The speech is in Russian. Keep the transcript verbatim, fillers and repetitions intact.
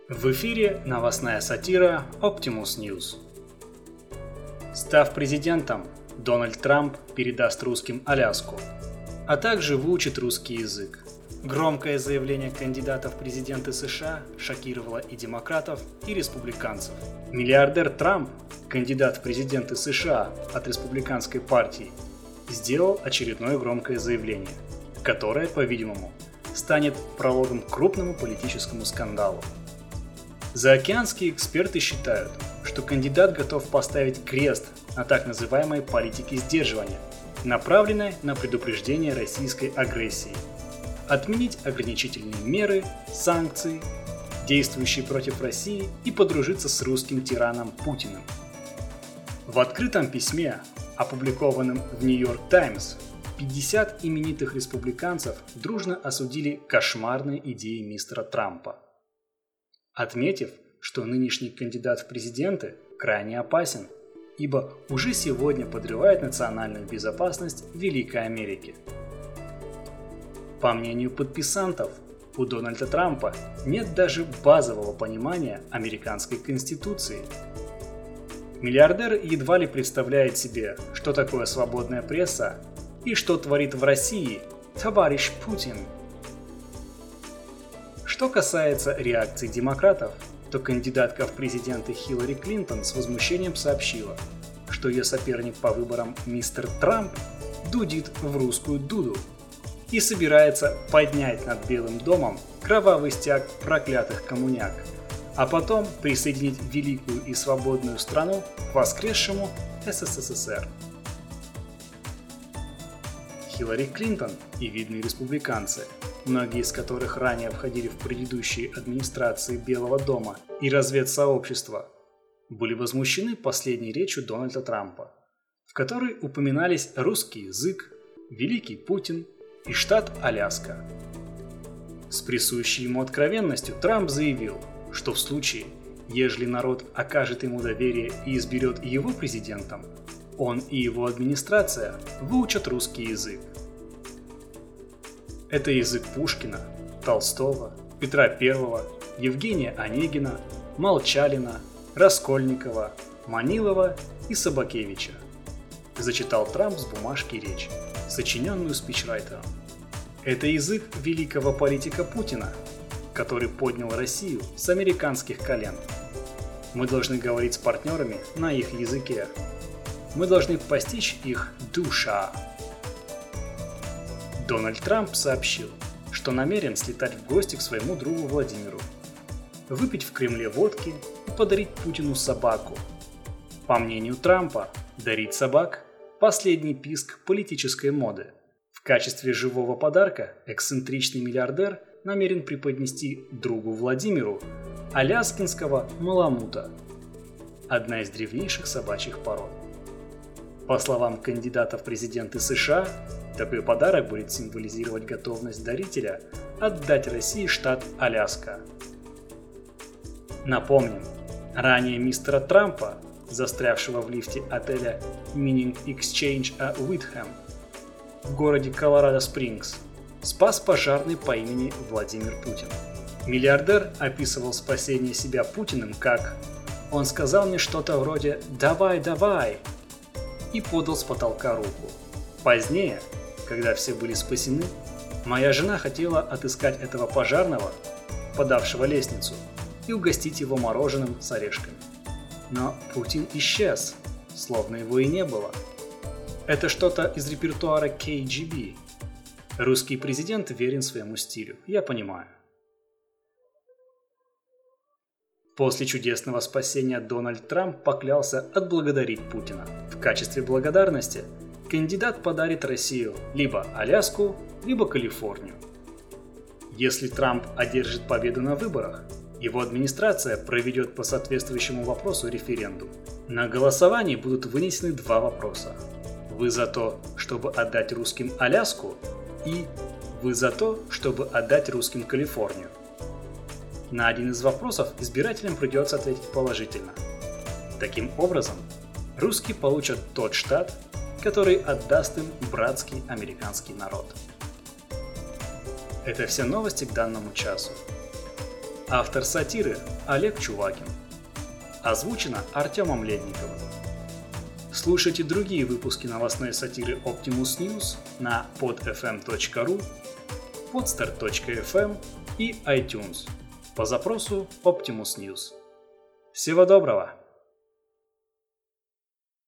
В эфире новостная сатира Optimus News. Став президентом, Дональд Трамп передаст русским Аляску, а также выучит русский язык. Громкое заявление кандидата в президенты США шокировало и демократов, и республиканцев. Миллиардер Трамп, кандидат в президенты США от республиканской партии, сделал очередное громкое заявление, которое, по-видимому, станет прологом к крупному политическому скандалу. Заокеанские эксперты считают, что кандидат готов поставить крест на так называемой политике сдерживания, направленной на предупреждение российской агрессии, отменить ограничительные меры, санкции, действующие против России, и подружиться с русским тираном Путиным. В открытом письме, опубликованном в Нью-Йорк Таймс, пятьдесят именитых республиканцев дружно осудили кошмарные идеи мистера Трампа, отметив, что нынешний кандидат в президенты крайне опасен, ибо уже сегодня подрывает национальную безопасность Великой Америки. По мнению подписантов, у Дональда Трампа нет даже базового понимания американской конституции. Миллиардер едва ли представляет себе, что такое свободная пресса и что творит в России товарищ Путин. Что касается реакции демократов, то кандидатка в президенты Хиллари Клинтон с возмущением сообщила, что ее соперник по выборам мистер Трамп дудит в русскую дуду и собирается поднять над Белым домом кровавый стяг проклятых коммуняк, а потом присоединить великую и свободную страну к воскресшему эс эс эс эс эр. Хиллари Клинтон и видные республиканцы, многие из которых ранее входили в предыдущие администрации Белого дома и разведсообщества, были возмущены последней речью Дональда Трампа, в которой упоминались русский язык, Великий Путин и штат Аляска. С присущей ему откровенностью Трамп заявил, что в случае, ежели народ окажет ему доверие и изберет его президентом, он и его администрация выучат русский язык. Это язык Пушкина, Толстого, Петра Первого, Евгения Онегина, Молчалина, Раскольникова, Манилова и Собакевича, зачитал Трамп с бумажки речь, сочиненную спичрайтером. Это язык великого политика Путина, который поднял Россию с американских колен. Мы должны говорить с партнерами на их языке. Мы должны постичь их душа. Дональд Трамп сообщил, что намерен слетать в гости к своему другу Владимиру, выпить в Кремле водки и подарить Путину собаку. По мнению Трампа, дарить собак – последний писк политической моды. В качестве живого подарка эксцентричный миллиардер намерен преподнести другу Владимиру аляскинского маламута, одна из древнейших собачьих пород. По словам кандидата в президенты США, такой подарок будет символизировать готовность дарителя отдать России штат Аляска. Напомним, ранее мистера Трампа, застрявшего в лифте отеля Meaning Exchange Уитхэм в городе Колорадо-Спрингс, спас пожарный по имени Владимир Путин. Миллиардер описывал спасение себя Путиным как «Он сказал мне что-то вроде «давай, давай» и подал с потолка руку. Позднее, когда все были спасены, моя жена хотела отыскать этого пожарного, подавшего лестницу, и угостить его мороженым с орешками. Но Путин исчез, словно его и не было. Это что-то из репертуара кей джи би. Русский президент верен своему стилю, я понимаю. После чудесного спасения Дональд Трамп поклялся отблагодарить Путина. В качестве благодарности кандидат подарит Россию либо Аляску, либо Калифорнию. Если Трамп одержит победу на выборах, его администрация проведет по соответствующему вопросу референдум. На голосовании будут вынесены два вопроса. Вы за то, чтобы отдать русским Аляску, и вы за то, чтобы отдать русским Калифорнию. На один из вопросов избирателям придется ответить положительно. Таким образом, русские получат тот штат, который отдаст им братский американский народ. Это все новости к данному часу. Автор сатиры Олег Чувакин. Озвучено Артемом Ледниковым. Слушайте другие выпуски новостной сатиры Optimus News на под эф эм точка ру, подстар точка эф эм и iTunes по запросу Optimus News. Всего доброго!